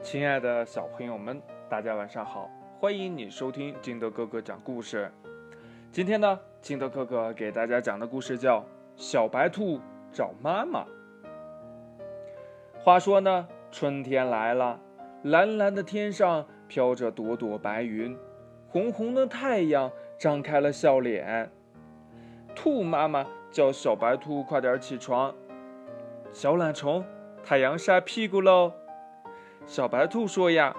亲爱的小朋友们，大家晚上好！欢迎你收听金德哥哥讲故事。今天呢，金德哥哥给大家讲的故事叫《小白兔找妈妈》。话说呢，春天来了，蓝蓝的天上飘着朵朵白云，红红的太阳张开了笑脸。兔妈妈叫小白兔快点起床，小懒虫，太阳晒屁股喽。小白兔说呀，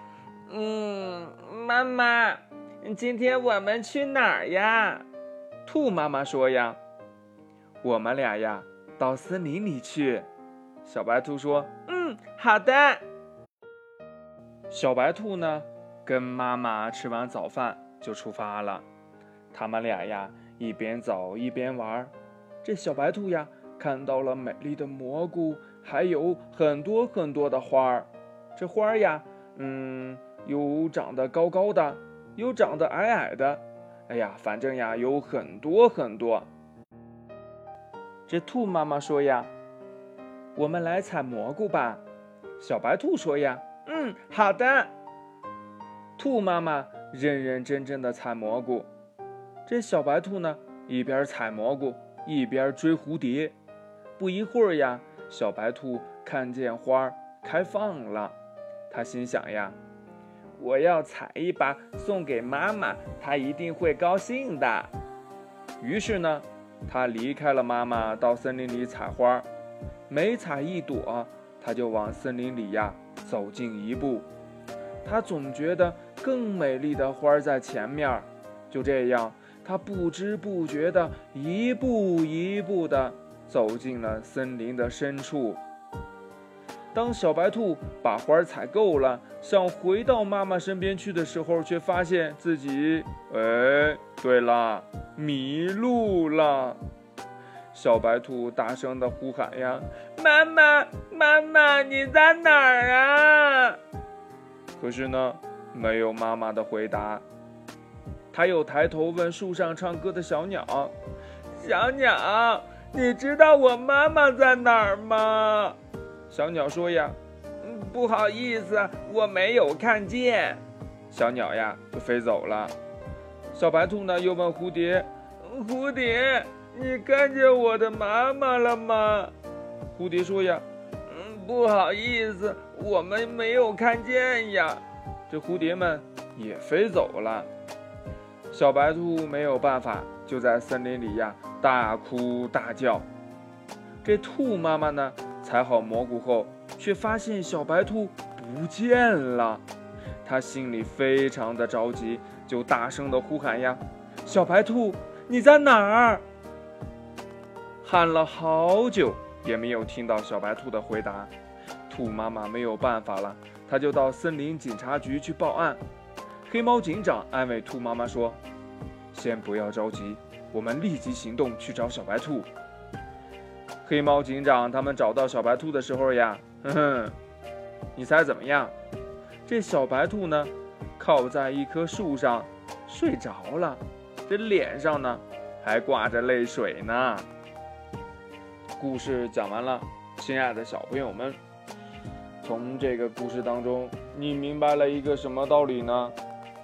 妈妈，今天我们去哪儿呀？ 兔妈妈说呀，我们俩呀到森林里去。小白兔说， 好的。 小白兔呢跟妈妈吃完早饭就出发了。他们俩呀一边走一边玩。这小白兔呀看到了美丽的蘑菇，还有很多很多的花儿。这花儿呀，有长得高高的，有长得矮矮的，哎呀，反正呀有很多很多。这兔妈妈说呀，我们来采蘑菇吧。小白兔说呀， 好的。 兔妈妈认认真真的采蘑菇。这小白兔呢，一边采蘑菇一边追蝴蝶。不一会儿呀，小白兔看见花开放了。他心想呀， 我要采一把送给妈妈，她一定会高兴的。 于是呢，他离开了妈妈，到森林里采花。每采一朵，他就往森林里呀走近一步。他总觉得更美丽的花在前面。就这样，他不知不觉地一步一步地走进了森林的深处。当小白兔把花采够了，想回到妈妈身边去的时候，却发现自己，对了，迷路了。小白兔大声地呼喊呀， 妈妈，妈妈，你在哪儿啊？ 可是呢，没有妈妈的回答。他又抬头问树上唱歌的小鸟， 小鸟，你知道我妈妈在哪儿吗？ 小鸟说呀， 不好意思，我没有看见。 小鸟呀就飞走了。小白兔呢又问蝴蝶， 蝴蝶，你看见我的妈妈了吗？ 蝴蝶说呀， 不好意思，我们没有看见呀。 这蝴蝶们也飞走了。小白兔没有办法，就在森林里呀大哭大叫。这兔妈妈呢采好蘑菇后，却发现小白兔不见了。她心里非常的着急，就大声的呼喊呀，小白兔，你在哪儿？喊了好久也没有听到小白兔的回答。兔妈妈没有办法了，她就到森林警察局去报案。黑猫警长安慰兔妈妈说，先不要着急，我们立即行动去找小白兔。黑猫警长他们找到小白兔的时候呀，你猜怎么样？这小白兔呢靠在一棵树上睡着了，这脸上呢还挂着泪水呢。故事讲完了，亲爱的小朋友们，从这个故事当中你明白了一个什么道理呢？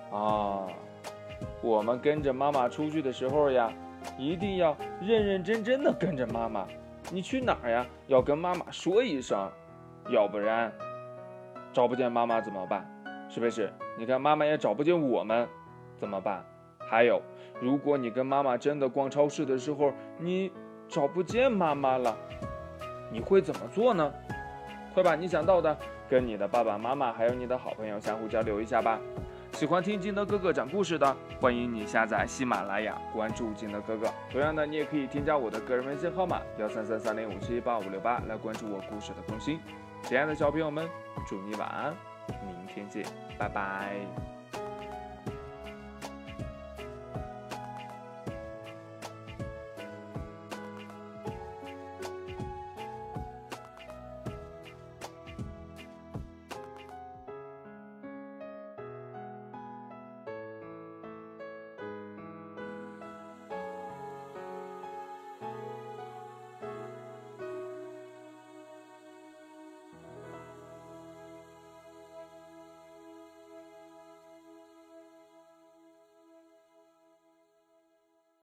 我们跟着妈妈出去的时候呀，一定要认认真真的跟着妈妈。你去哪儿呀？要跟妈妈说一声，要不然找不见妈妈怎么办？是不是？你看妈妈也找不见我们，怎么办？还有，如果你跟妈妈真的逛超市的时候，你找不见妈妈了，你会怎么做呢？快把你想到的跟你的爸爸妈妈还有你的好朋友相互交流一下吧。喜欢听金德哥哥讲故事的，欢迎你下载喜马拉雅，关注金德哥哥。同样的，你也可以添加我的个人微信号码13330578568来关注我故事的更新。亲爱的小朋友们，祝你晚安，明天见，拜拜。